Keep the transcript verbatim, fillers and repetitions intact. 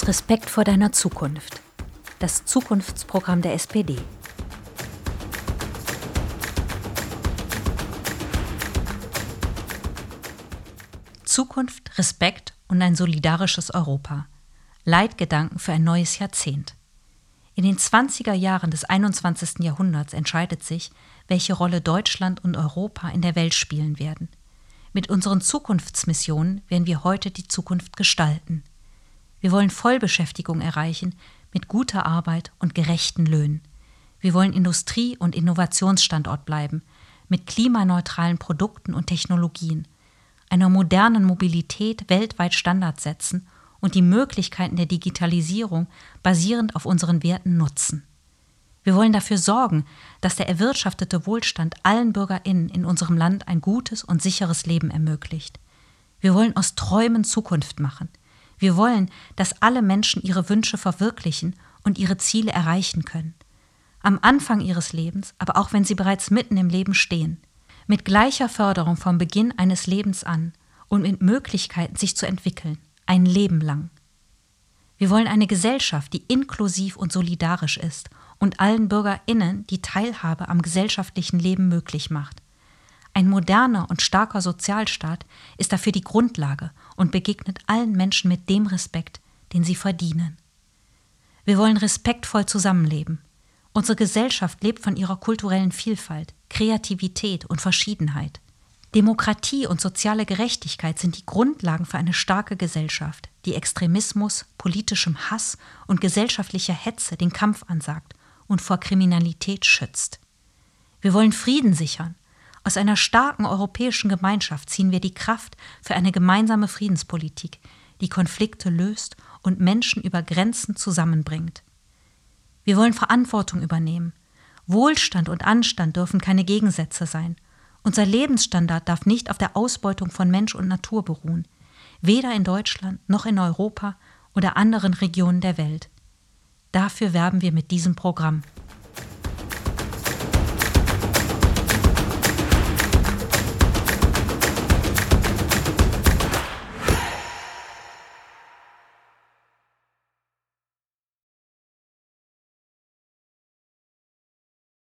Respekt vor deiner Zukunft. Das Zukunftsprogramm der S P D. Zukunft, Respekt und ein solidarisches Europa. Leitgedanken für ein neues Jahrzehnt. In den zwanziger Jahren des einundzwanzigsten Jahrhunderts entscheidet sich, welche Rolle Deutschland und Europa in der Welt spielen werden. Mit unseren Zukunftsmissionen werden wir heute die Zukunft gestalten. Wir wollen Vollbeschäftigung erreichen mit guter Arbeit und gerechten Löhnen. Wir wollen Industrie- und Innovationsstandort bleiben, mit klimaneutralen Produkten und Technologien, einer modernen Mobilität weltweit Standards setzen und die Möglichkeiten der Digitalisierung basierend auf unseren Werten nutzen. Wir wollen dafür sorgen, dass der erwirtschaftete Wohlstand allen BürgerInnen in unserem Land ein gutes und sicheres Leben ermöglicht. Wir wollen aus Träumen Zukunft machen. Wir wollen, dass alle Menschen ihre Wünsche verwirklichen und ihre Ziele erreichen können. Am Anfang ihres Lebens, aber auch wenn sie bereits mitten im Leben stehen. Mit gleicher Förderung vom Beginn eines Lebens an und mit Möglichkeiten, sich zu entwickeln. Ein Leben lang. Wir wollen eine Gesellschaft, die inklusiv und solidarisch ist und allen BürgerInnen die Teilhabe am gesellschaftlichen Leben möglich macht. Ein moderner und starker Sozialstaat ist dafür die Grundlage und begegnet allen Menschen mit dem Respekt, den sie verdienen. Wir wollen respektvoll zusammenleben. Unsere Gesellschaft lebt von ihrer kulturellen Vielfalt, Kreativität und Verschiedenheit. Demokratie und soziale Gerechtigkeit sind die Grundlagen für eine starke Gesellschaft, die Extremismus, politischem Hass und gesellschaftlicher Hetze den Kampf ansagt und vor Kriminalität schützt. Wir wollen Frieden sichern. Aus einer starken europäischen Gemeinschaft ziehen wir die Kraft für eine gemeinsame Friedenspolitik, die Konflikte löst und Menschen über Grenzen zusammenbringt. Wir wollen Verantwortung übernehmen. Wohlstand und Anstand dürfen keine Gegensätze sein. Unser Lebensstandard darf nicht auf der Ausbeutung von Mensch und Natur beruhen, weder in Deutschland noch in Europa oder anderen Regionen der Welt. Dafür werben wir mit diesem Programm.